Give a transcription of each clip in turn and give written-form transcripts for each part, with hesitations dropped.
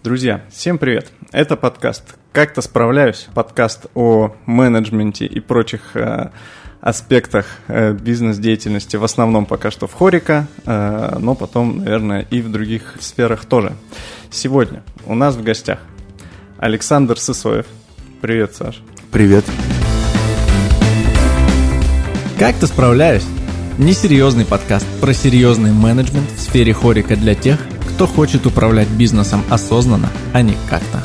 Друзья, всем привет! Это подкаст «Как-то справляюсь», подкаст о менеджменте и прочих аспектах бизнес-деятельности, в основном пока что в Хорико, но потом, наверное, и в других сферах тоже. Сегодня у нас в гостях Александр Сысоев. Привет, Саш. Привет. «Как-то справляюсь» – несерьезный подкаст про серьезный менеджмент в сфере Хорико для тех, кто хочет управлять бизнесом осознанно, а не как-то.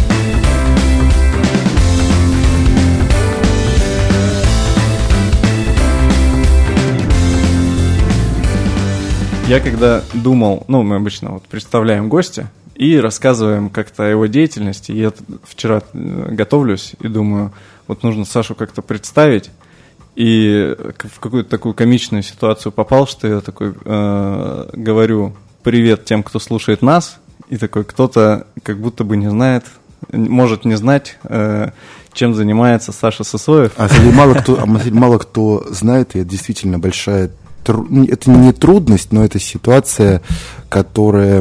Я когда думал, мы обычно представляем гостя и рассказываем как-то о его деятельности. Я вчера готовлюсь и думаю, нужно Сашу как-то представить. И в какую-то такую комичную ситуацию попал, что я такой говорю «Привет тем, кто слушает нас», и такой кто-то как будто бы не знает, может не знать, чем занимается Саша Сысоев. Мало кто знает, и это действительно большая... Это не трудность, но это ситуация, которая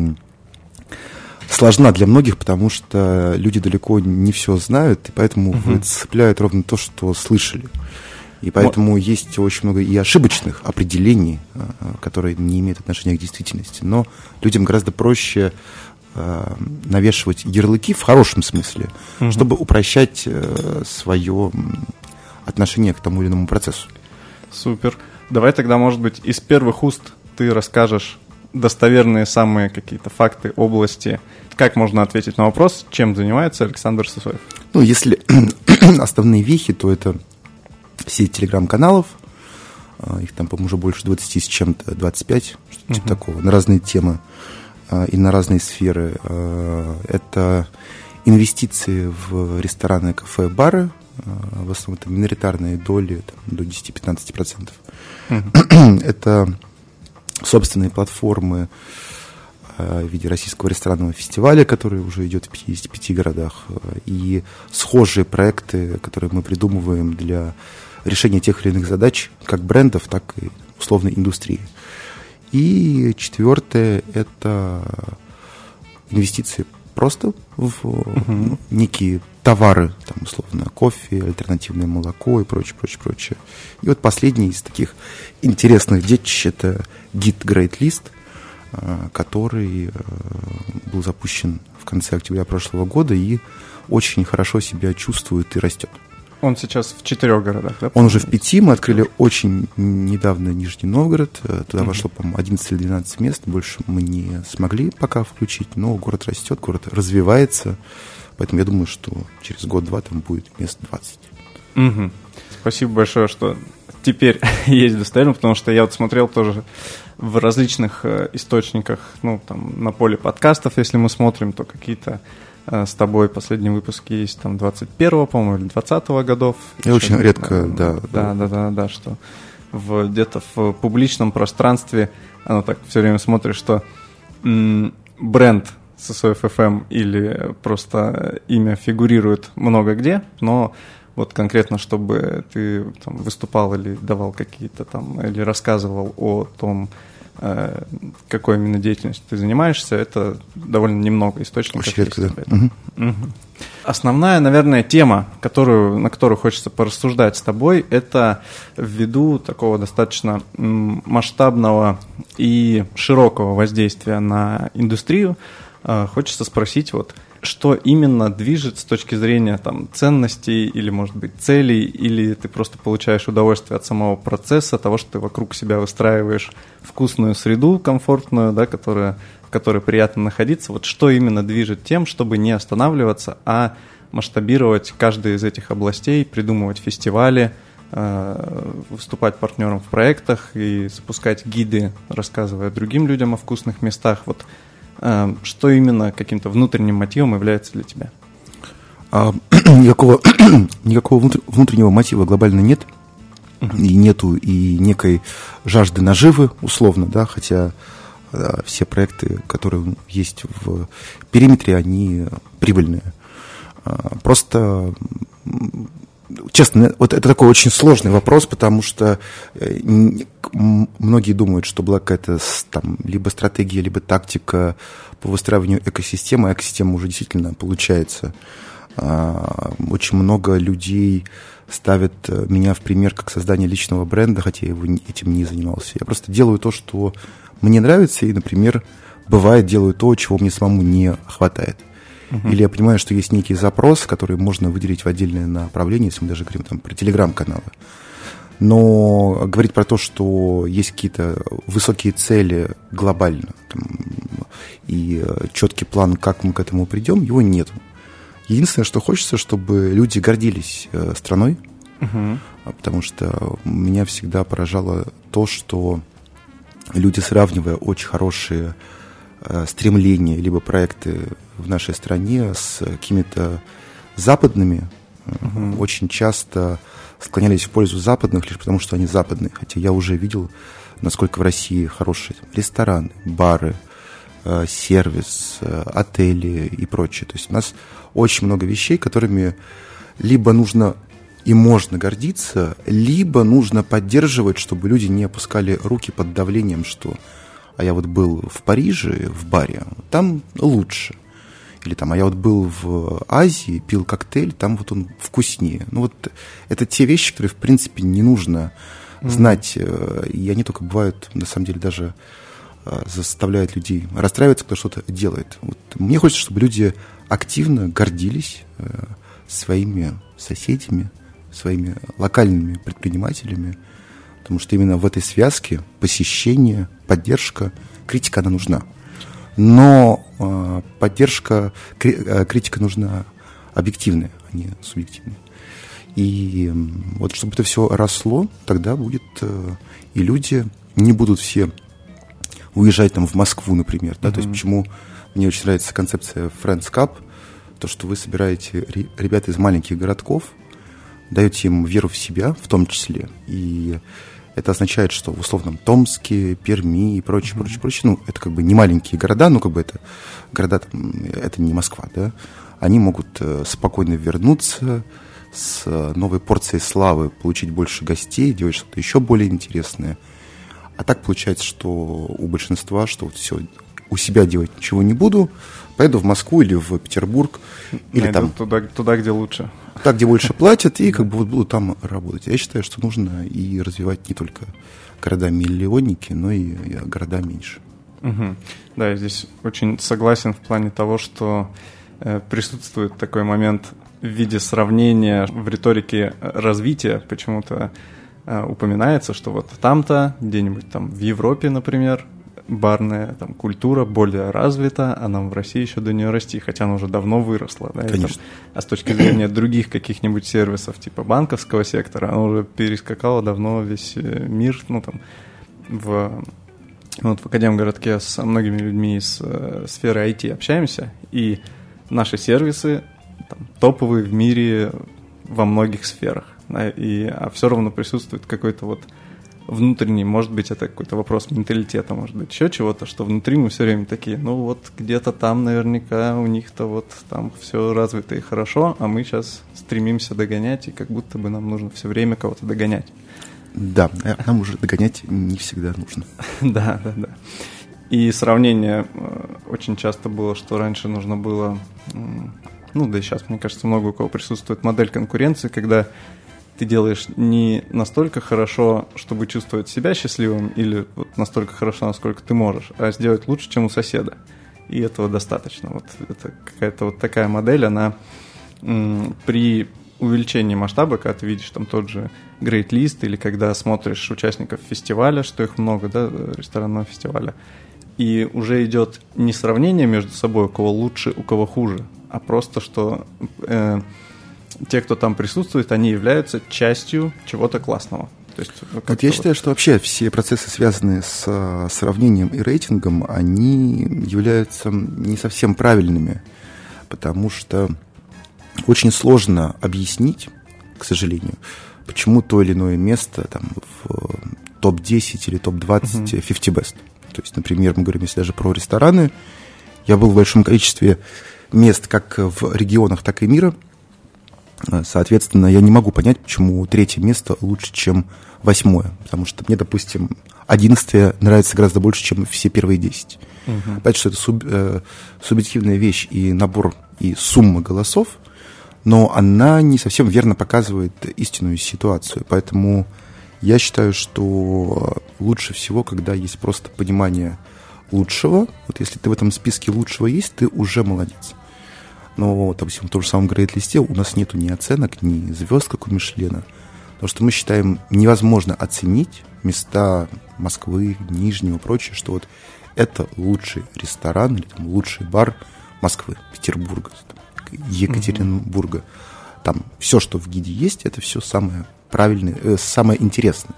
сложна для многих, потому что люди далеко не все знают, и поэтому выцепляют ровно то, что слышали. И поэтому есть очень много и ошибочных определений, которые не имеют отношения к действительности. Но людям гораздо проще навешивать ярлыки в хорошем смысле, чтобы упрощать свое отношение к тому или иному процессу. Супер. Давай тогда, может быть, из первых уст ты расскажешь достоверные самые какие-то факты области. Как можно ответить на вопрос, чем занимается Александр Сысоев? Если основные вехи, то это сеть телеграм-каналов, их там, по-моему, уже больше 20 с чем-то, 25, что-то типа такого, на разные темы и на разные сферы. Это инвестиции в рестораны, кафе, бары, в основном это миноритарные доли, до 10-15%. Это собственные платформы в виде Российского ресторанного фестиваля, который уже идет в 55 городах, и схожие проекты, которые мы придумываем для решения тех или иных задач, как брендов, так и условной индустрии. И четвертое – это инвестиции просто в некие товары, там, условно, кофе, альтернативное молоко и прочее. И последний из таких интересных детищ – это гид Great List, который был запущен в конце октября прошлого года и очень хорошо себя чувствует и растет. Он сейчас в 4 городах, да? Он уже в 5. Мы открыли очень недавно Нижний Новгород. Туда вошло, по-моему, 11 или 12 мест. Больше мы не смогли пока включить, но город растет, город развивается. Поэтому я думаю, что через год-два там будет мест 20. Спасибо большое, что теперь есть достоверно, потому что я смотрел тоже в различных источниках, на поле подкастов, если мы смотрим, то какие-то с тобой последние выпуски есть там 21-го, по-моему, или 20-го годов. Я очень редко, Да, что где-то в публичном пространстве, так все время смотришь, что бренд Сысоев FM или просто имя фигурирует много где, но конкретно, чтобы ты выступал или давал какие-то или рассказывал о том, какой именно деятельностью ты занимаешься, это довольно немного источников. Очень редко, да. Основная, наверное, тема, на которую хочется порассуждать с тобой, это ввиду такого достаточно масштабного и широкого воздействия на индустрию, хочется спросить, что именно движет с точки зрения ценностей или, может быть, целей, или ты просто получаешь удовольствие от самого процесса, того, что ты вокруг себя выстраиваешь вкусную среду, комфортную, да, в которой приятно находиться. Что именно движет тем, чтобы не останавливаться, а масштабировать каждую из этих областей, придумывать фестивали, выступать партнером в проектах и запускать гиды, рассказывая другим людям о вкусных местах. Что именно каким-то внутренним мотивом является для тебя? Никакого внутреннего мотива глобально нет. И нету и некой жажды наживы, условно, да, хотя все проекты, которые есть в периметре, они прибыльные. Просто честно, вот это такой очень сложный вопрос, потому что многие думают, что была какая-то там либо стратегия, либо тактика по выстраиванию экосистемы, а экосистема уже действительно получается. Очень много людей ставят меня в пример как создание личного бренда, хотя я этим не занимался. Я просто делаю то, что мне нравится, и, например, бывает, делаю то, чего мне самому не хватает. Или я понимаю, что есть некий запрос, который можно выделить в отдельное направление, если мы даже говорим там про телеграм-каналы. Но говорить про то, что есть какие-то высокие цели глобально там, и четкий план, как мы к этому придем, его нет. Единственное, что хочется, чтобы люди гордились страной, потому что меня всегда поражало то, что люди, сравнивая очень хорошие стремления либо проекты в нашей стране с какими-то западными, очень часто склонялись в пользу западных лишь потому, что они западные. Хотя я уже видел, насколько в России хорошие рестораны, бары, сервис, отели и прочее. То есть у нас очень много вещей, которыми либо нужно и можно гордиться, либо нужно поддерживать, чтобы люди не опускали руки под давлением, что «а я вот был в Париже, в баре, там лучше». Или там «а я вот был в Азии, пил коктейль, там вот он вкуснее». Ну вот это те вещи, которые, в принципе, не нужно знать. И они только бывают, на самом деле, даже заставляют людей расстраиваться, кто что-то делает. Вот мне хочется, чтобы люди активно гордились своими соседями, своими локальными предпринимателями, потому что именно в этой связке посещение, поддержка, критика, она нужна. Но поддержка, критика нужна объективная, а не субъективная. И вот чтобы это все росло, тогда будет и люди не будут все уезжать там в Москву, например. Да? То есть почему мне очень нравится концепция Friends Cup, то, что вы собираете ребят из маленьких городков, даете им веру в себя, в том числе, и это означает, что в условном Томске, Перми и прочее, ну, это как бы не маленькие города, но как бы это города, там, это не Москва, да, они могут спокойно вернуться с новой порцией славы, получить больше гостей, делать что-то еще более интересное. А так получается, что у большинства, что вот все, у себя делать ничего не буду, поеду в Москву или в Петербург, или там туда, где лучше. Так, где больше платят, и как бы вот буду там работать. Я считаю, что нужно и развивать не только города-миллионники, но и города меньше. Да, я здесь очень согласен в плане того, что присутствует такой момент в виде сравнения в риторике развития. Почему-то упоминается, что вот там-то, где-нибудь там в Европе, например, барная там культура более развита, а нам в России еще до нее расти, хотя она уже давно выросла. Да, конечно. А с точки зрения других каких-нибудь сервисов, типа банковского сектора, она уже перескакала давно весь мир. Ну, там, вот в Академгородке с многими людьми из сферы IT общаемся, и наши сервисы там, топовые в мире во многих сферах. Да, а все равно присутствует какой-то вот внутренний, может быть, это какой-то вопрос менталитета, может быть, еще чего-то, что внутри мы все время такие, ну вот где-то там наверняка у них-то вот там все развито и хорошо, а мы сейчас стремимся догонять, и как будто бы нам нужно все время кого-то догонять. Да, нам уже догонять не всегда нужно. Да. И сравнение очень часто было, что раньше нужно было, ну да и сейчас, мне кажется, много у кого присутствует модель конкуренции, когда ты делаешь не настолько хорошо, чтобы чувствовать себя счастливым, или вот настолько хорошо, насколько ты можешь, а сделать лучше, чем у соседа. И этого достаточно. Вот это какая-то вот такая модель, она при увеличении масштаба, когда ты видишь там тот же Great List, или когда смотришь участников фестиваля, что их много, да, ресторанного фестиваля, и уже идет не сравнение между собой, у кого лучше, у кого хуже, а просто что те, кто там присутствует, они являются частью чего-то классного. То есть, вот я считаю, что вообще все процессы, связанные с сравнением и рейтингом, они являются не совсем правильными, потому что очень сложно объяснить, к сожалению, почему то или иное место там, в топ-10 или топ-20 50 best. То есть, например, мы говорим, если даже про рестораны, я был в большом количестве мест как в регионах, так и мира, Соответственно, я не могу понять, почему 3-е место лучше, чем 8-е. Потому что мне, допустим, 11-е нравится гораздо больше, чем все первые 10. Понятно, что это субъективная вещь и набор, и сумма голосов, но она не совсем верно показывает истинную ситуацию. Поэтому я считаю, что лучше всего, когда есть просто понимание лучшего. Вот если ты в этом списке лучшего есть, ты уже молодец. Но, допустим, в том же самом грейд-листе у нас нету ни оценок, ни звезд, как у Мишлена. Потому что мы считаем невозможно оценить места Москвы, Нижнего и прочее, что вот это лучший ресторан или там, лучший бар Москвы, Петербурга, там, Екатеринбурга. Там все, что в гиде есть, это все самое правильное, самое интересное.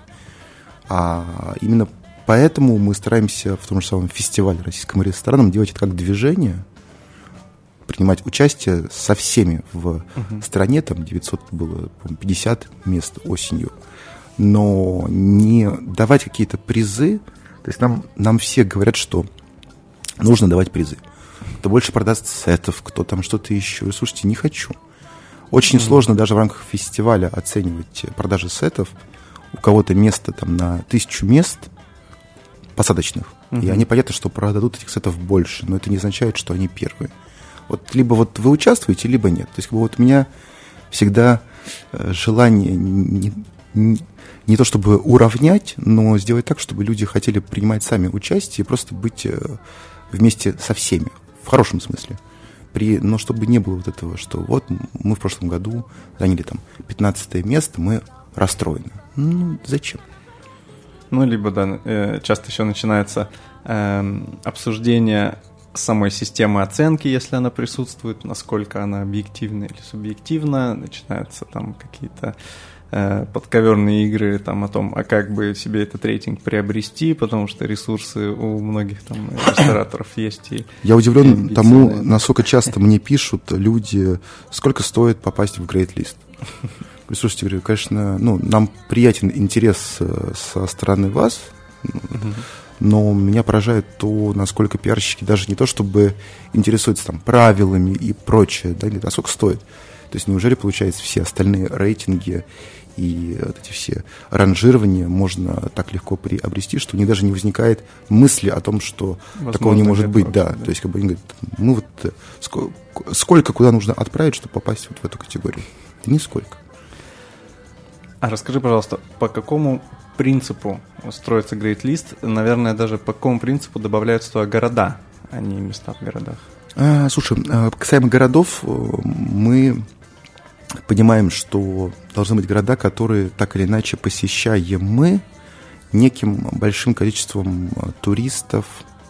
А именно поэтому мы стараемся в том же самом фестивале российским ресторанам делать это как движение, принимать участие со всеми в стране, там 900 было, 50 мест осенью, но не давать какие-то призы. То есть нам все говорят, что нужно давать призы. Кто больше продаст сетов, кто там что-то еще. Слушайте, не хочу. Очень сложно даже в рамках фестиваля оценивать продажи сетов. У кого-то место там на 1000 мест посадочных. И они, понятно, что продадут этих сетов больше, но это не означает, что они первые. Вот либо вот вы участвуете, либо нет. То есть вот у меня всегда желание не то чтобы уравнять, но сделать так, чтобы люди хотели принимать сами участие и просто быть вместе со всеми, в хорошем смысле. Но чтобы не было вот этого, что вот мы в прошлом году заняли там 15 место, мы расстроены. Ну, зачем? Ну, либо, да, часто еще начинается обсуждение самой системы оценки, если она присутствует, насколько она объективна или субъективна, начинаются там какие-то подковерные игры там о том, а как бы себе этот рейтинг приобрести, потому что ресурсы у многих там рестораторов есть. И я удивлен тому, насколько часто мне пишут люди, сколько стоит попасть в грейд-лист. Слушайте, говорю, конечно, нам приятен интерес со стороны вас, но меня поражает то, насколько пиарщики даже не то, чтобы интересуются там правилами и прочее, да, или насколько стоит. То есть неужели, получается, все остальные рейтинги и вот эти все ранжирования можно так легко приобрести, что у них даже не возникает мысли о том, что возможно, такого не может быть. Да. То есть как бы они говорят, мы вот сколько куда нужно отправить, чтобы попасть вот в эту категорию? Да нисколько. А расскажи, пожалуйста, по какому принципу строится грейд-лист? Наверное, даже по какому принципу добавляются туда города, а не места в городах? Слушай, касаемо городов, мы понимаем, что должны быть города, которые так или иначе посещаем мы неким большим количеством туристов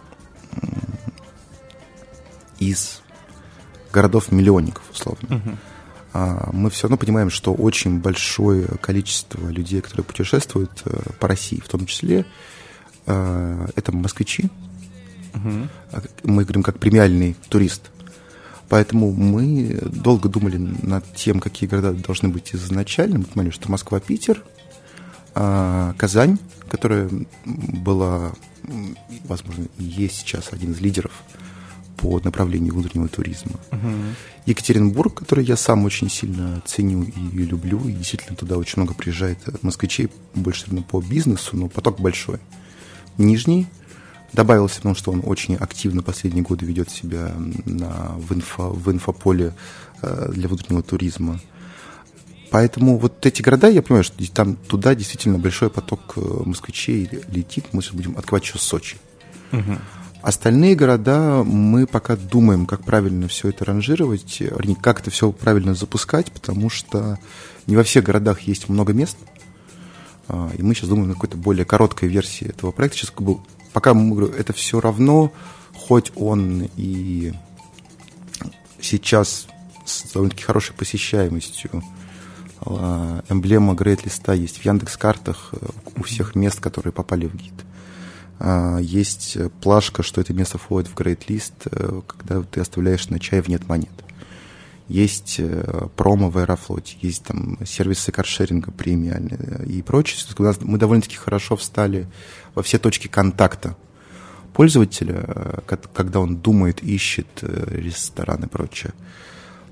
из городов-миллионников, условно. Мы все равно понимаем, что очень большое количество людей, которые путешествуют по России, в том числе, это москвичи. Мы говорим как премиальный турист. Поэтому мы долго думали над тем, какие города должны быть изначально. Мы понимали, что Москва, Питер, Казань, которая была, возможно, и есть сейчас один из лидеров по направлению внутреннего туризма. Екатеринбург, который я сам очень сильно ценю и люблю, и действительно туда очень много приезжает москвичей, больше по бизнесу, но поток большой. Нижний добавился, потому что он очень активно последние годы ведет себя в инфополе для внутреннего туризма. Поэтому вот эти города, я понимаю, что там туда действительно большой поток москвичей летит. Мы сейчас будем открывать еще Сочи. Остальные города мы пока думаем, как правильно все это ранжировать, как это все правильно запускать, потому что не во всех городах есть много мест. И мы сейчас думаем о какой-то более короткой версии этого проекта. Сейчас пока мы говорим, это все равно, хоть он и сейчас с довольно-таки хорошей посещаемостью, эмблема грейд-листа есть в Яндекс.Картах у всех мест, которые попали в гид. Есть плашка, что это место входит в грейд-лист, когда ты оставляешь на чай в нет монет. Есть промо в Аэрофлоте, есть там сервисы каршеринга премиальные и прочее. Мы довольно-таки хорошо встали во все точки контакта пользователя, когда он думает, ищет ресторан и прочее.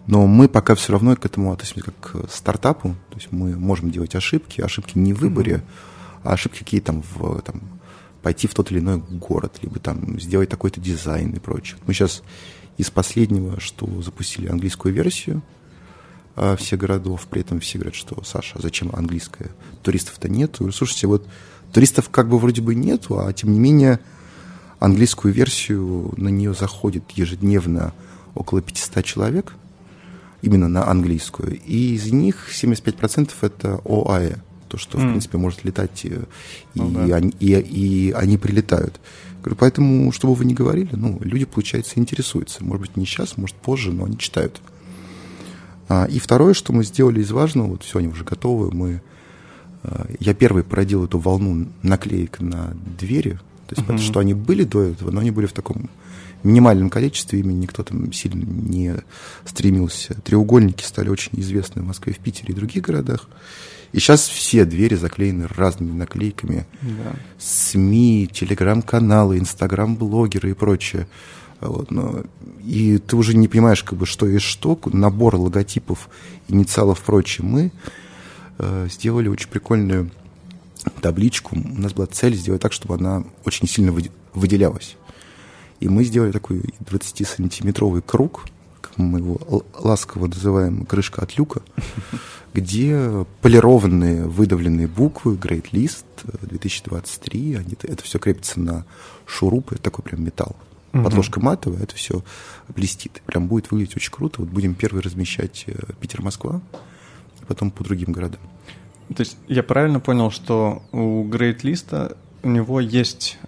Но мы пока все равно к этому относимся как к стартапу. То есть мы можем делать ошибки. Ошибки не в выборе, а ошибки какие пойти в тот или иной город, либо там сделать такой-то дизайн и прочее. Мы сейчас из последнего, что запустили английскую версию всех городов, при этом все говорят, что, Саша, а зачем английская? Туристов-то нету. Слушайте, вот туристов как бы вроде бы нету, а тем не менее английскую версию, на нее заходит ежедневно около 500 человек, именно на английскую, и из них 75% это ОАЭ, то, что, в принципе, может летать, и они прилетают. Говорю, поэтому, что бы вы ни говорили, люди, получается, интересуются. Может быть, не сейчас, может, позже, но они читают. И второе, что мы сделали из важного, вот все, они уже готовы, я первый породил эту волну наклеек на двери, то есть, потому что они были до этого, но они были в таком минимальном количестве, ими никто там сильно не стремился. Треугольники стали очень известны в Москве, в Питере и других городах. И сейчас все двери заклеены разными наклейками. Да. СМИ, телеграм-каналы, инстаграм-блогеры и прочее. Вот, и ты уже не понимаешь, что есть что, набор логотипов, инициалов и прочее. Мы сделали очень прикольную табличку. У нас была цель сделать так, чтобы она очень сильно выделялась. И мы сделали такой 20-сантиметровый круг, как мы его ласково называем, крышка от люка, где полированные, выдавленные буквы Great List 2023, это все крепится на шурупы, это такой прям металл. Подложка матовая, это все блестит. Прям будет выглядеть очень круто. Вот будем первый размещать Питер-Москва, и потом по другим городам. То есть я правильно понял, что у Great List у него есть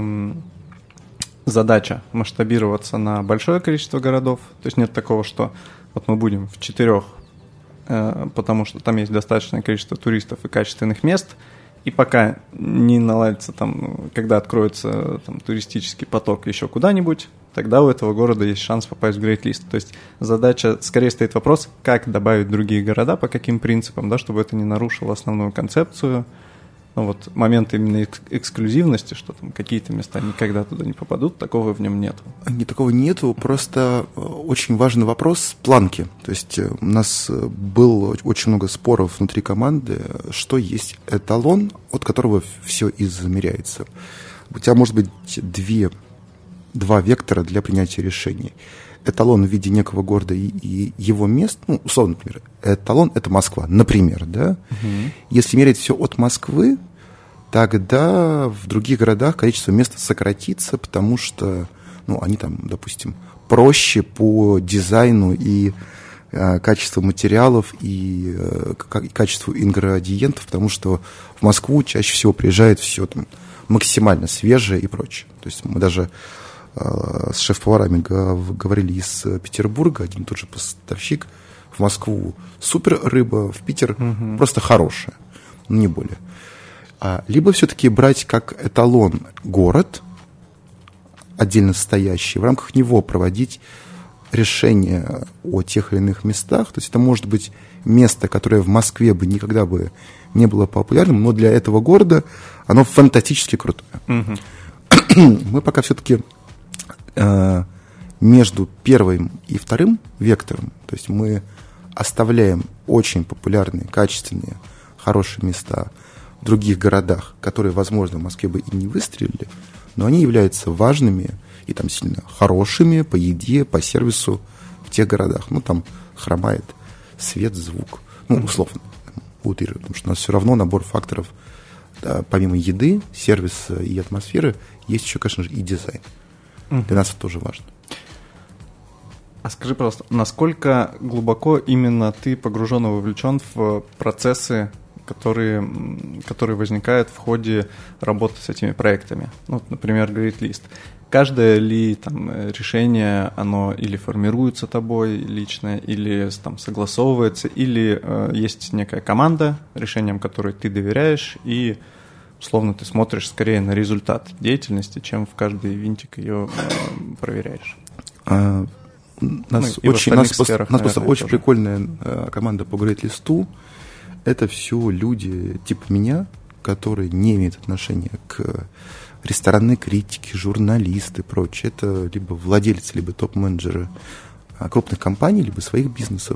задача масштабироваться на большое количество городов. То есть нет такого, что вот мы будем в 4, потому что там есть достаточное количество туристов и качественных мест, и пока не наладится там, когда откроется там туристический поток еще куда-нибудь, тогда у этого города есть шанс попасть в Great List. То есть задача, скорее стоит вопрос, как добавить другие города, по каким принципам, да, чтобы это не нарушило основную концепцию. Вот момент именно эксклюзивности, что там какие-то места никогда туда не попадут, такого в нем нету. Такого нету, просто очень важный вопрос планки. То есть у нас было очень много споров внутри команды, что есть эталон, от которого все измеряется. У тебя может быть два вектора для принятия решений. Эталон в виде некого города и его мест, условно, например, эталон – это Москва, например, да? Если мерять все от Москвы, тогда в других городах количество мест сократится, потому что, они там, допустим, проще по дизайну и качеству материалов и качеству ингредиентов, потому что в Москву чаще всего приезжает все там максимально свежее и прочее. То есть мы даже с шеф-поварами говорили из Петербурга, один и тот же поставщик, в Москву супер рыба, в Питер просто хорошая, не более. Либо все-таки брать как эталон город, отдельно стоящий, в рамках него проводить решения о тех или иных местах. То есть это может быть место, которое в Москве бы никогда бы не было популярным, но для этого города оно фантастически крутое. Мы пока все-таки между первым и вторым вектором, то есть мы оставляем очень популярные, качественные, хорошие места в других городах, которые, возможно, в Москве бы и не выстрелили, но они являются важными и там сильно хорошими по еде, по сервису в тех городах. Там хромает свет, звук, условно, утрирую, потому что у нас все равно набор факторов, да, помимо еды, сервиса и атмосферы, есть еще, конечно же, и дизайн. Для нас это тоже важно. А скажи, пожалуйста, насколько глубоко именно ты погружен и вовлечен в процессы, которые возникают в ходе работы с этими проектами? Например, Great List. Каждое ли там решение, оно или формируется тобой лично, или там согласовывается, или есть некая команда, решением которой ты доверяешь, и условно ты смотришь скорее на результат деятельности, чем в каждый винтик ее проверяешь? У нас просто очень прикольная команда по Great List'у. Это все люди типа меня, которые не имеют отношения к ресторанной критике, журналисты и прочее. Это либо владельцы, либо топ-менеджеры крупных компаний, либо своих бизнесов,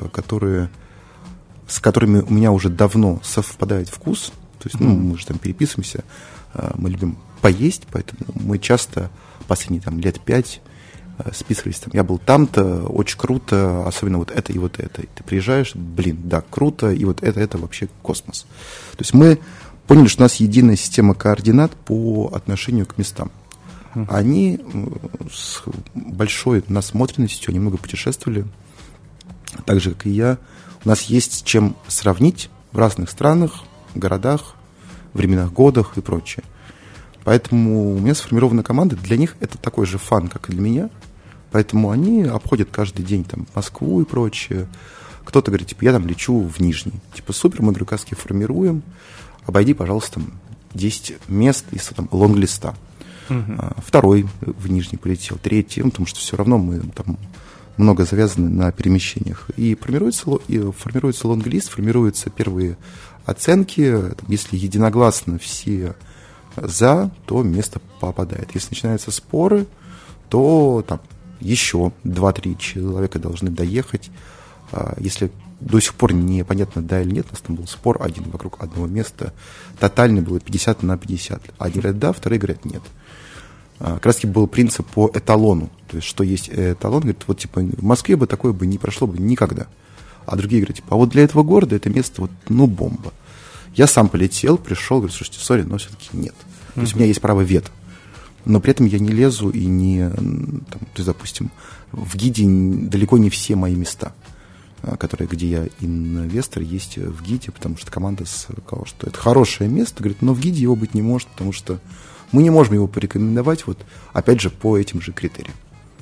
с которыми у меня уже давно совпадает вкус. То есть, мы же там переписываемся, мы любим поесть, поэтому мы часто последние лет 5 списывались, я был там-то, очень круто, особенно вот это и вот это. И ты приезжаешь, да, круто, и вот это вообще космос. То есть мы поняли, что у нас единая система координат по отношению к местам. Они с большой насмотренностью, они много путешествовали, так же, как и я. У нас есть с чем сравнить в разных странах, городах, временах, годах и прочее. Поэтому у меня сформирована команда, для них это такой же фан, как и для меня. Поэтому они обходят каждый день Москву и прочее. Кто-то говорит, я лечу в Нижний. Супер, мы другаски формируем. Обойди, пожалуйста, 10 мест из лонглиста. Второй в Нижний полетел, третий, потому что все равно мы много завязаны на перемещениях. И формируется лонглист, формируются первые оценки. Если единогласно все за, то место попадает. Если начинаются споры, то еще 2-3 человека должны доехать. Если до сих пор непонятно, да или нет, у нас был спор один вокруг одного места, тотальный было 50/50. Одни говорят да, вторые говорят нет. Как раз был принцип по эталону. То есть, что есть эталон, говорит, в Москве бы такое бы не прошло бы никогда. А другие говорят, а вот для этого города это место бомба. Я сам полетел, пришел, говорю, слушайте, сори, но все-таки нет. То есть у меня есть право вето. Но при этом я не лезу и не... то есть, допустим, в гиде далеко не все мои места, где я инвестор, есть в гиде, потому что команда сказала, что это хорошее место, говорит, но в гиде его быть не может, потому что мы не можем его порекомендовать, опять же, по этим же критериям.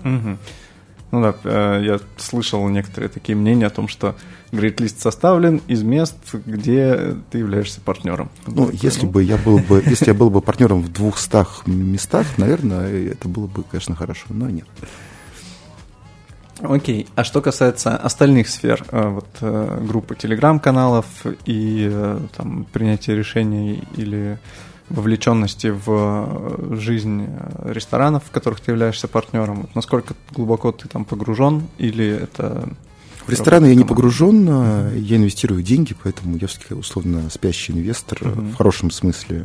Я слышал некоторые такие мнения о том, что грейд-лист составлен из мест, где ты являешься партнером. Если я был бы партнером в 200 местах, наверное, это было бы, конечно, хорошо, но нет. Окей. А что касается остальных сфер, группы телеграм-каналов и принятия решений или вовлеченности в жизнь ресторанов, в которых ты являешься партнером, насколько глубоко ты погружен, или это... В рестораны я не погружен, я инвестирую деньги, поэтому я все-таки условно спящий инвестор в хорошем смысле.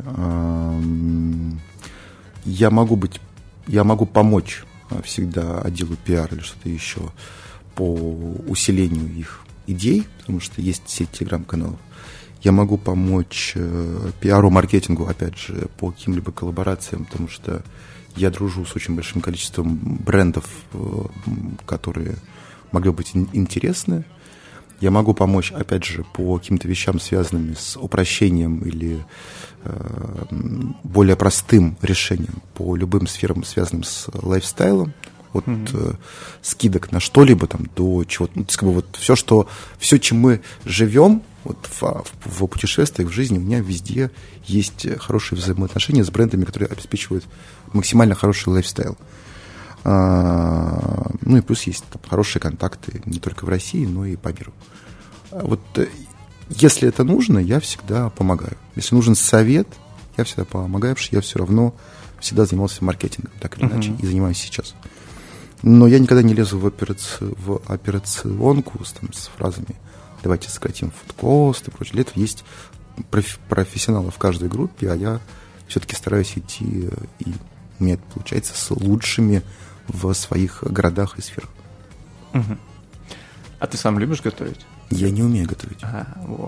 Я могу помочь всегда отделу пиар или что-то еще по усилению их идей, потому что есть сеть телеграм-каналов. Я могу помочь пиару, маркетингу, опять же, по каким-либо коллаборациям, потому что я дружу с очень большим количеством брендов, которые могли быть интересны. Я могу помочь, опять же, по каким-то вещам, связанным с упрощением или более простым решением по любым сферам, связанным с лайфстайлом. Скидок на что-либо до чего-то. Все, чем мы живем, в путешествиях, в жизни, у меня везде есть хорошие взаимоотношения с брендами, которые обеспечивают максимально хороший лайфстайл. И плюс есть хорошие контакты не только в России, но и по миру. Если это нужно, я всегда помогаю. Если нужен совет, я всегда помогаю, потому что я все равно всегда занимался маркетингом, так или иначе, и занимаюсь сейчас. Но я никогда не лезу в операционку с фразами «давайте сократим фудкост» и прочее. Для этого есть профессионалы в каждой группе, а я все-таки стараюсь идти, и у меня это получается, с лучшими в своих городах и сферах. А ты сам любишь готовить? Я не умею готовить. Вот.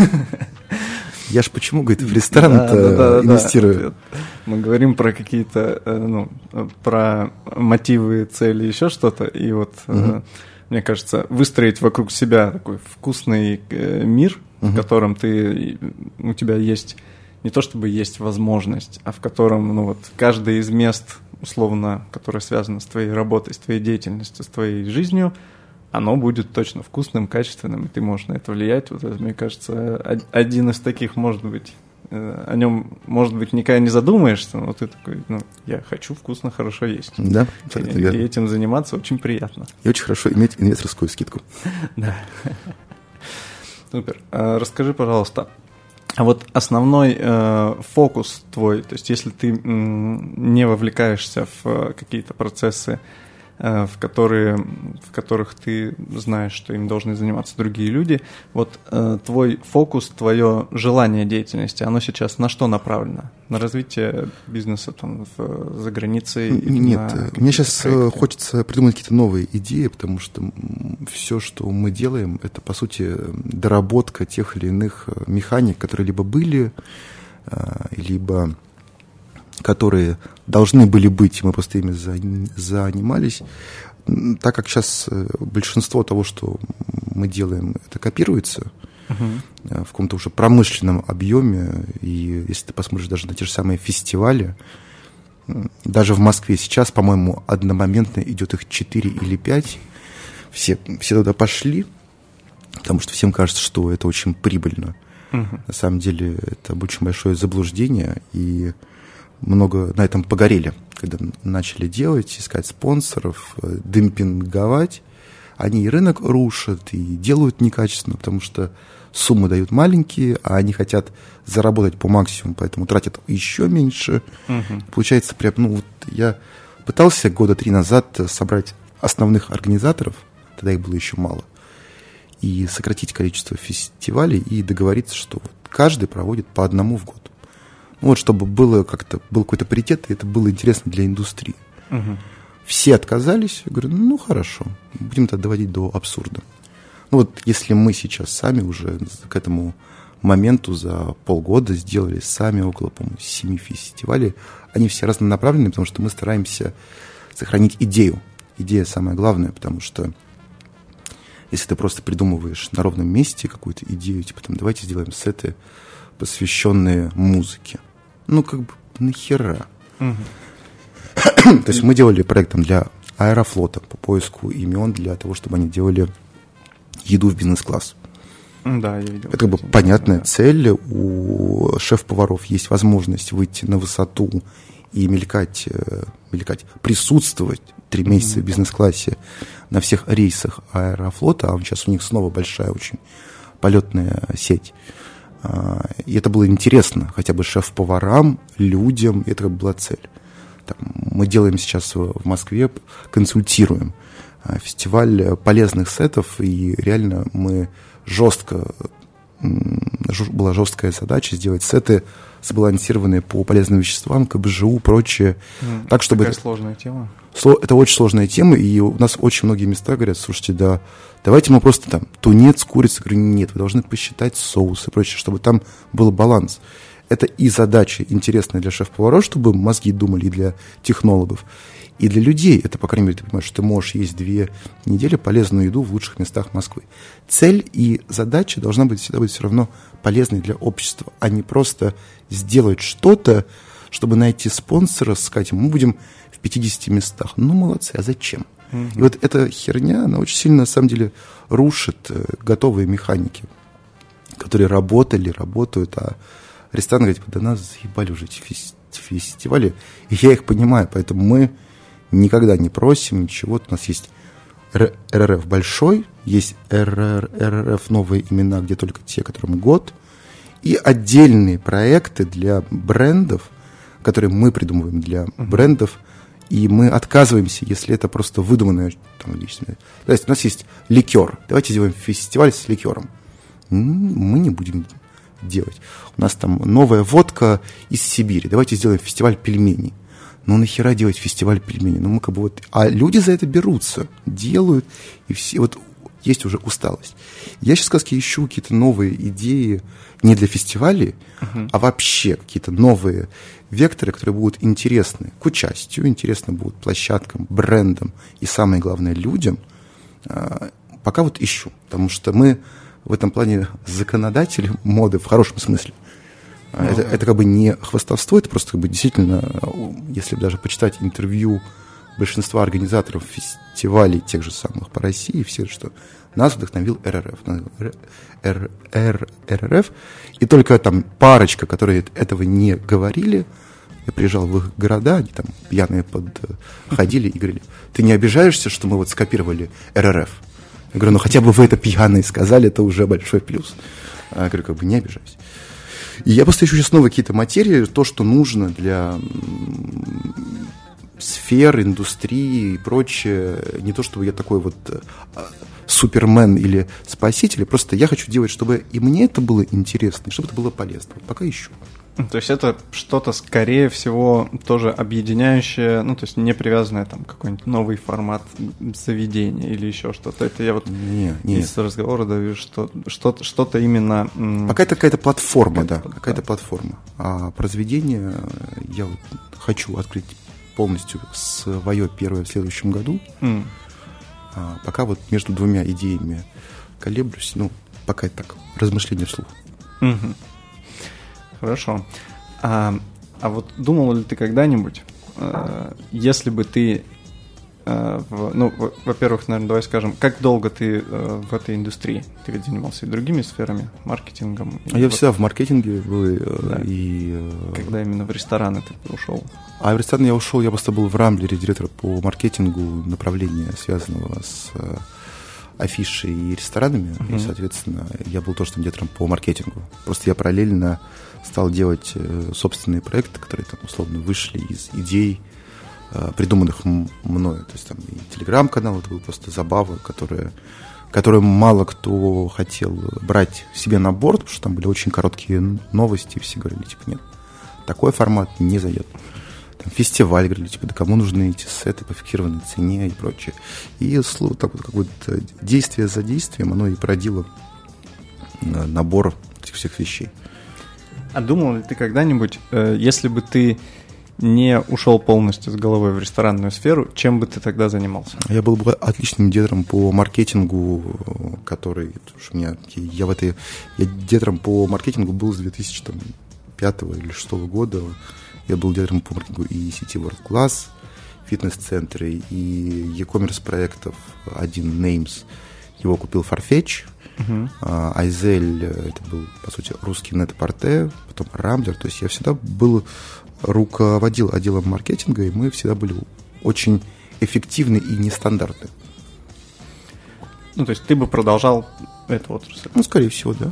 Я ж почему, говорит, в ресторан-то инвестирую? Мы говорим про какие-то, про мотивы, цели, еще что-то, и мне кажется, выстроить вокруг себя такой вкусный мир, в котором у тебя есть, не то чтобы есть возможность, а в котором, каждое из мест, условно, которое связано с твоей работой, с твоей деятельностью, с твоей жизнью, оно будет точно вкусным, качественным, и ты можешь на это влиять. Это, мне кажется, один из таких, может быть, о нем, может быть, никогда не задумаешься, но ты такой, я хочу вкусно, хорошо есть. Да, и этим заниматься очень приятно. И очень хорошо иметь инвесторскую скидку. Да. Супер. Расскажи, пожалуйста, а основной фокус твой, то есть если ты не вовлекаешься в какие-то процессы в которых ты знаешь, что им должны заниматься другие люди. Вот твой фокус, твое желание деятельности, оно сейчас на что направлено? На развитие бизнеса там, за границей? Нет, мне сейчас хочется придумать какие-то новые идеи, потому что все, что мы делаем, это, по сути, доработка тех или иных механик, которые либо были, либо которые должны были быть, и мы просто ими занимались. Так как сейчас большинство того, что мы делаем, это копируется в каком-то уже промышленном объеме, и если ты посмотришь даже на те же самые фестивали, даже в Москве сейчас, по-моему, одномоментно идет их 4 или 5, все туда пошли, потому что всем кажется, что это очень прибыльно. На самом деле это очень большое заблуждение, и много на этом погорели, когда начали делать, искать спонсоров, демпинговать. Они и рынок рушат, и делают некачественно, потому что суммы дают маленькие, а они хотят заработать по максимуму, поэтому тратят еще меньше. Получается, прям, я пытался 3 года назад собрать основных организаторов, тогда их было еще мало, и сократить количество фестивалей и договориться, что каждый проводит по одному в год. Чтобы был какой-то паритет, и это было интересно для индустрии. Все отказались, я говорю, хорошо, будем это доводить до абсурда. Если мы сейчас сами уже к этому моменту за полгода сделали сами около, по-моему, 7 фестивалей, они все разнонаправленные, потому что мы стараемся сохранить идею. Идея самая главная, потому что если ты просто придумываешь на ровном месте какую-то идею, типа давайте сделаем сеты, посвященные музыке. Нахера? То есть мы делали проект для Аэрофлота по поиску имен для того, чтобы они делали еду в бизнес-класс. Да, я видел. Это понятная цель. У шеф-поваров есть возможность выйти на высоту и присутствовать 3 месяца в бизнес-классе на всех рейсах Аэрофлота, а сейчас у них снова большая очень полетная сеть. И это было интересно, хотя бы шеф-поварам, людям, это была цель. Мы делаем сейчас в Москве, консультируем фестиваль полезных сетов, и реально была жесткая задача сделать сеты, сбалансированные по полезным веществам, КБЖУ, прочее. Так, чтобы Такая сложная тема. Это очень сложная тема, и у нас очень многие места говорят, слушайте, давайте мы просто тунец, курица. Я говорю, нет, вы должны посчитать соусы и прочее, чтобы там был баланс. Это и задача интересная для шеф-поваров, чтобы мозги думали, и для технологов, и для людей. Это, по крайней мере, ты понимаешь, что ты можешь есть 2 недели полезную еду в лучших местах Москвы. Цель и задача должна быть всегда быть все равно полезной для общества, а не просто сделать что-то, чтобы найти спонсора, сказать, мы будем в 50 местах. Молодцы, а зачем? И эта херня, она очень сильно, на самом деле, рушит готовые механики, которые работают, а ресторан говорит, нас заебали уже эти фестивали, и я их понимаю, поэтому мы никогда не просим ничего. У нас есть РРФ большой, есть РРФ новые имена, где только те, которым год, и отдельные проекты для брендов, которые мы придумываем для брендов, и мы отказываемся, если это просто выдуманное личное. То есть у нас есть ликер, давайте сделаем фестиваль с ликером. Мы не будем делать. У нас новая водка из Сибири, давайте сделаем фестиваль пельменей. Нахера делать фестиваль пельменей? А люди за это берутся, делают, и все, есть уже усталость. Я сейчас как раз ищу какие-то новые идеи не для фестивалей, а вообще какие-то новые векторы, которые будут интересны к участию, интересны будут площадкам, брендам и, самое главное, людям. Пока ищу, потому что мы в этом плане законодатели моды в хорошем смысле. Это не хвастовство, это просто действительно, если даже почитать интервью большинства организаторов фестивалей, тех же самых по России, все, что нас вдохновил РРФ, и только парочка, которые этого не говорили. Я приезжал в их города, они пьяные подходили и говорили, ты не обижаешься, что мы скопировали РРФ? Я говорю, хотя бы вы это пьяные сказали, это уже большой плюс. Я говорю, не обижаюсь. И я просто ищу сейчас новые какие-то материи, то, что нужно для сфер, индустрии и прочее. Не то, чтобы я такой вот супермен или спаситель, просто я хочу делать, чтобы и мне это было интересно, и чтобы это было полезно. Вот пока ищу. То есть это что-то, скорее всего, тоже объединяющее, ну, то есть не привязанное там какой-нибудь новый формат заведения или еще что-то. Это я вот из разговора даю, что что-то именно... Пока это какая-то платформа, да, какая-то платформа. А про заведение я вот хочу открыть полностью свое первое в следующем году. Пока вот между двумя идеями колеблюсь, ну, пока это так, размышления вслух. Хорошо. А вот думал ли ты когда-нибудь, если бы ты, во-первых, наверное, давай скажем, как долго ты в этой индустрии? Ты ведь занимался и другими сферами, маркетингом? Я всегда в маркетинге был. Да. Когда именно в рестораны ты ушел? А в ресторан я ушел, я просто был в Рамблере, директор по маркетингу направления, связанного с афишей и ресторанами, и, соответственно, я был тоже там директором по маркетингу. Просто я параллельно стал делать собственные проекты, которые там условно вышли из идей, придуманных мною. То есть там и телеграм-канал, это была просто забава, которую мало кто хотел брать себе на борт, потому что там были очень короткие новости, и все говорили, типа, нет, такой формат не зайдет. Там фестиваль, говорили, типа, да кому нужны эти сеты по фиксированной цене и прочее. И так вот, какое-то действие за действием, оно и породило набор этих всех вещей. А думал ли ты когда-нибудь, если бы ты не ушел полностью с головой в ресторанную сферу, чем бы ты тогда занимался? Я был бы отличным директором по маркетингу, который... Я директором по маркетингу был с 2005 или 2006 года. Я был директором по маркетингу и сети World Class, фитнес-центры, и e-commerce проектов. Один Names, его купил Farfetch. Айзель, это был, по сути, русский Net-Porter, потом Рамблер. То есть я всегда руководил отделом маркетинга, и мы всегда были очень эффективны и нестандартны. Ну, то есть ты бы продолжал эту отрасль? Ну, скорее всего, да.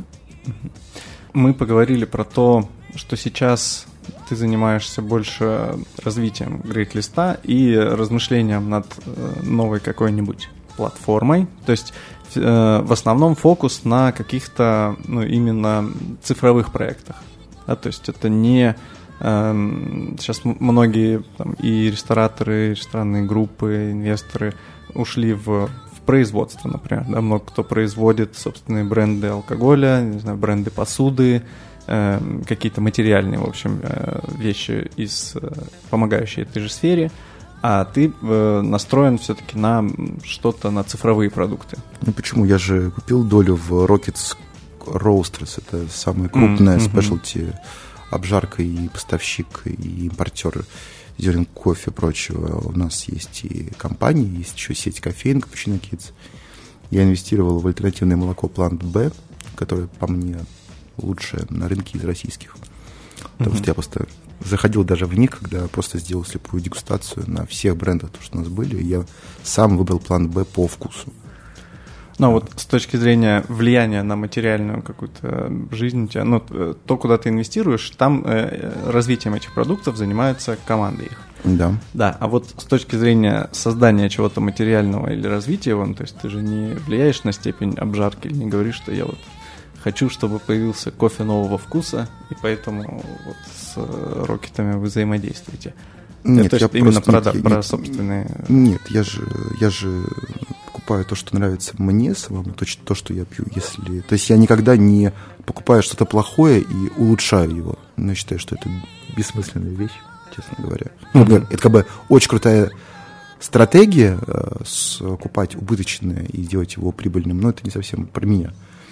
Мы поговорили про то, что сейчас ты занимаешься больше развитием Грейт-листа и размышлением над новой какой-нибудь платформой. То есть в основном фокус на каких-то, именно цифровых проектах. Да, то есть это не... Сейчас многие там, и рестораторы, и ресторанные группы, инвесторы ушли в производство, например. Да, много кто производит собственные бренды алкоголя, не знаю, бренды посуды, какие-то материальные, в общем, вещи, помогающие этой же сфере. А ты настроен все-таки на что-то, на цифровые продукты. Ну почему? Я же купил долю в Rockets Roasters. Это самая крупная спешлти обжарка и поставщик, и импортер зерен кофе и прочего. У нас есть и компании, есть еще сеть кофеин Cappuccino Kids. Я инвестировал в альтернативное молоко Plant B, которое, по мне, лучшее на рынке из российских. Потому что я просто заходил даже в них, когда просто сделал слепую дегустацию на всех брендах, что у нас были. Я сам выбрал Plant B по вкусу. Ну, вот с точки зрения влияния на материальную какую-то жизнь у тебя, то, куда ты инвестируешь, там развитием этих продуктов занимаются команды их. Да. Да, а вот с точки зрения создания чего-то материального или развития его, то есть ты же не влияешь на степень обжарки или не говоришь, что я вот хочу, чтобы появился кофе нового вкуса, и поэтому вот с рокетами вы взаимодействуете. Нет, то есть именно про собственные... Нет, я же покупаю то, что нравится мне самому, то, что я пью. То есть я никогда не покупаю что-то плохое и улучшаю его. Но я считаю, что это бессмысленная вещь, честно говоря. Это как бы очень крутая стратегия скупать убыточное и делать его прибыльным, но это не совсем про меня.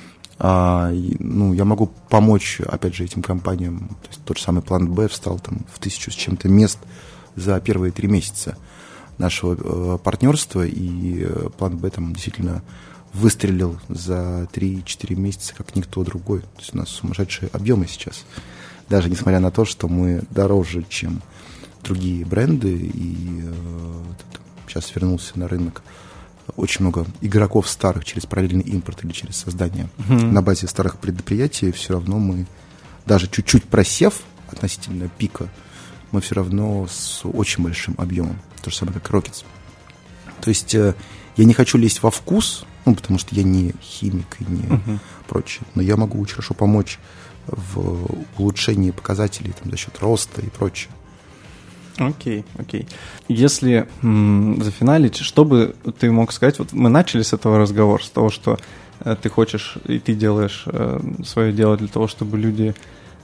Я могу помочь, опять же, этим компаниям. То есть тот же самый Plant B встал там в 1000 с чем-то мест за первые 3 месяца нашего партнерства, и Plant B там действительно выстрелил за 3-4 месяца, как никто другой. То есть у нас сумасшедшие объемы сейчас. Даже несмотря на то, что мы дороже, чем другие бренды, и сейчас вернулся на рынок очень много игроков старых через параллельный импорт или через создание на базе старых предприятий, все равно мы, даже чуть-чуть просев относительно пика, но все равно с очень большим объемом. То же самое, как Rockets. То есть я не хочу лезть во вкус, потому что я не химик и не прочее, но я могу очень хорошо помочь в улучшении показателей там, за счет роста и прочее. Окей. Если зафиналить, что бы ты мог сказать? Вот мы начали с этого разговора, с того, что ты хочешь и ты делаешь свое дело для того, чтобы люди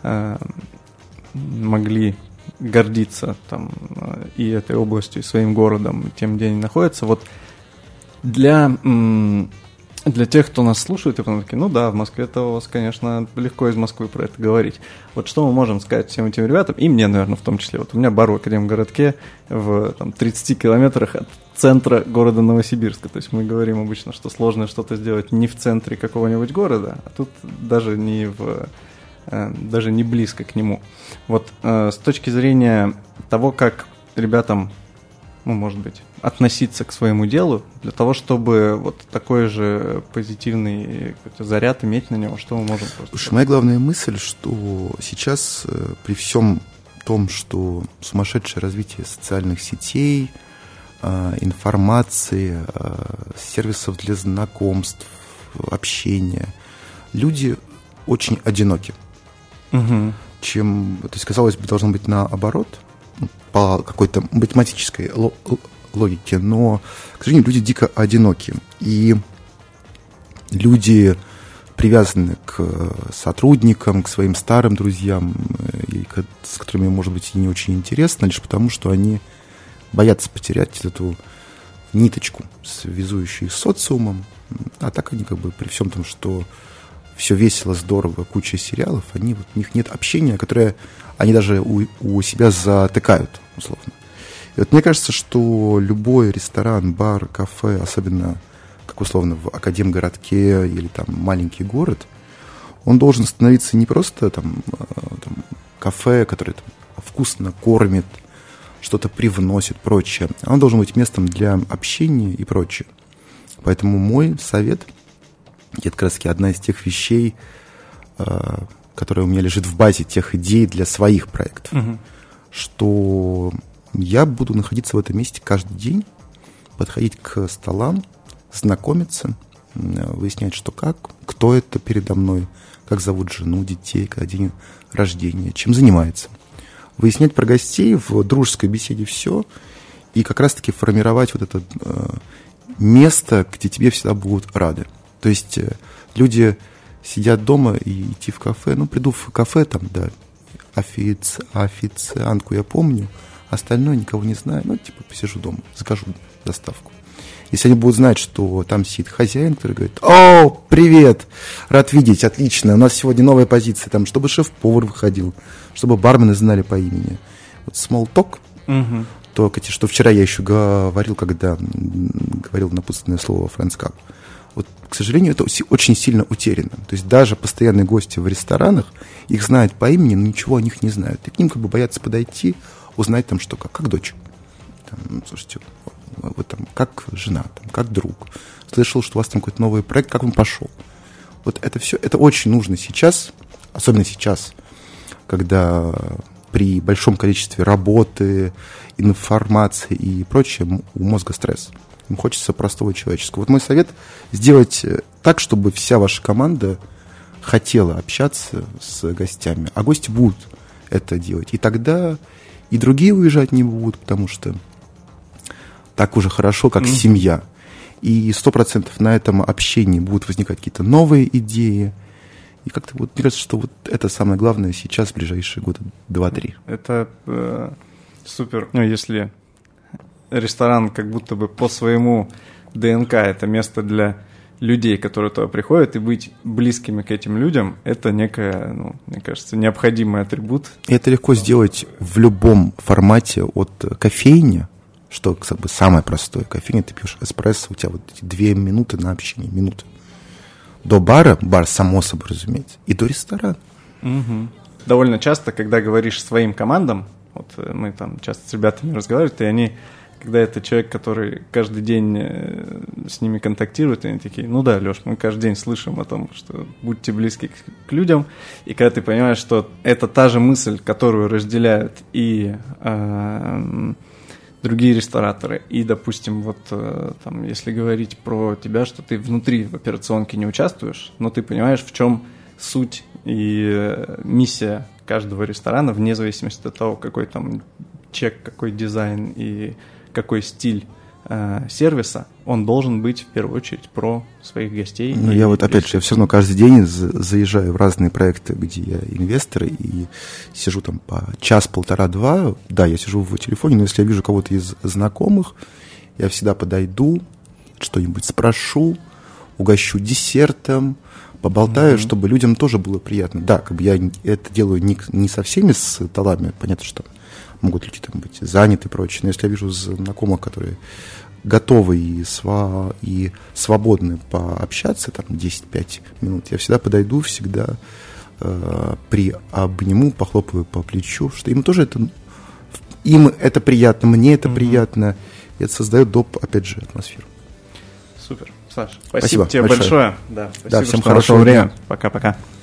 могли гордиться там, и этой областью, и своим городом, и тем, где они находятся. Вот для тех, кто нас слушает, и потом такие, ну да, в Москве-то у вас, конечно, легко из Москвы про это говорить. Вот что мы можем сказать всем этим ребятам, и мне, наверное, в том числе. Вот у меня бар в Академгородке в 30 километрах от центра города Новосибирска. То есть мы говорим обычно, что сложно что-то сделать не в центре какого-нибудь города, а тут даже не близко к нему. Вот с точки зрения того, как ребятам, может быть, относиться к своему делу, для того, чтобы вот такой же позитивный какой-то заряд иметь на него, что мы можем просто... Слушай, моя главная мысль, что сейчас при всем том, что сумасшедшее развитие социальных сетей, информации, сервисов для знакомств, общения, люди очень одиноки. То есть, казалось бы, должно быть наоборот, по какой-то математической логике, но, к сожалению, люди дико одиноки. И люди привязаны к сотрудникам, к своим старым друзьям, с которыми, может быть, и не очень интересно, лишь потому, что они боятся потерять эту ниточку, связующую их с социумом. А так они при всем том, что все весело, здорово, куча сериалов, у них нет общения, которое они даже у себя затыкают, условно. И вот мне кажется, что любой ресторан, бар, кафе, особенно, как условно, в Академгородке или там маленький город, он должен становиться не просто там кафе, которое там вкусно кормит, что-то привносит, прочее, а он должен быть местом для общения и прочее. Поэтому мой совет, это как раз одна из тех вещей, которая у меня лежит в базе тех идей для своих проектов, что я буду находиться в этом месте каждый день, подходить к столам, знакомиться, выяснять, что как, кто это передо мной, как зовут жену, детей, когда день рождения, чем занимается. Выяснять про гостей в дружеской беседе все, и как раз-таки формировать вот это место, где тебе всегда будут рады. То есть люди сидят дома и идти в кафе, приду в кафе, там, да, официантку я помню, остальное никого не знаю, посижу дома, закажу доставку. Если они будут знать, что там сидит хозяин, который говорит: «О, привет, рад видеть, отлично, у нас сегодня новая позиция, там, чтобы шеф-повар выходил, чтобы бармены знали по имени». Вот small talk, то, что вчера я еще говорил, когда говорил напутственное слово Friends Cup. Вот, к сожалению, это очень сильно утеряно. То есть даже постоянные гости в ресторанах их знают по имени, но ничего о них не знают. И к ним боятся подойти, узнать там, что как дочь. Там, слушайте, вот там, как жена, там, как друг. Слышал, что у вас там какой-то новый проект, как он пошел. Вот это все, это очень нужно сейчас, особенно сейчас, когда при большом количестве работы, информации и прочее у мозга стресс. Им хочется простого человеческого. Вот мой совет — сделать так, чтобы вся ваша команда хотела общаться с гостями, а гости будут это делать. И тогда и другие уезжать не будут, потому что так уже хорошо, как семья. И 100% на этом общении будут возникать какие-то новые идеи. И как-то мне кажется, что это самое главное сейчас, в ближайшие года 2-3. Это супер. Если ресторан как будто бы по своему ДНК это место для людей, которые туда приходят, и быть близкими к этим людям, это некая, мне кажется, необходимый атрибут. И это легко сделать в любом формате, от кофейни, что самое простое. Кофейня, ты пьешь эспрессо, у тебя эти 2 минуты на общение, минуты. До бара, бар само собой разумеется, и до ресторана. Довольно часто, когда говоришь своим командам, мы там часто с ребятами разговариваем, и они когда это человек, который каждый день с ними контактирует, и они такие, ну да, Леш, мы каждый день слышим о том, что будьте близки к людям, и когда ты понимаешь, что это та же мысль, которую разделяют и другие рестораторы, и, допустим, вот там, если говорить про тебя, что ты внутри в операционке не участвуешь, но ты понимаешь, в чем суть и миссия каждого ресторана, вне зависимости от того, какой там чек, какой дизайн и какой стиль сервиса, он должен быть в первую очередь про своих гостей. Ну, я вот опять же, я все равно каждый день заезжаю в разные проекты, где я инвестор, и сижу там по час, полтора, два. Да, я сижу в телефоне, но если я вижу кого-то из знакомых, я всегда подойду, что-нибудь спрошу, угощу десертом, поболтаю, чтобы людям тоже было приятно. Да, как бы я это делаю не со всеми столами, понятно, что могут люди там быть заняты и прочее, но если я вижу знакомых, которые готовы и свободны пообщаться, там, 10-5 минут, я всегда подойду, всегда приобниму, похлопаю по плечу, что им тоже это приятно, мне это приятно, и это создает опять же, атмосферу. Супер. Саш, спасибо тебе большое. Да, спасибо, всем хорошего времени. Пока-пока.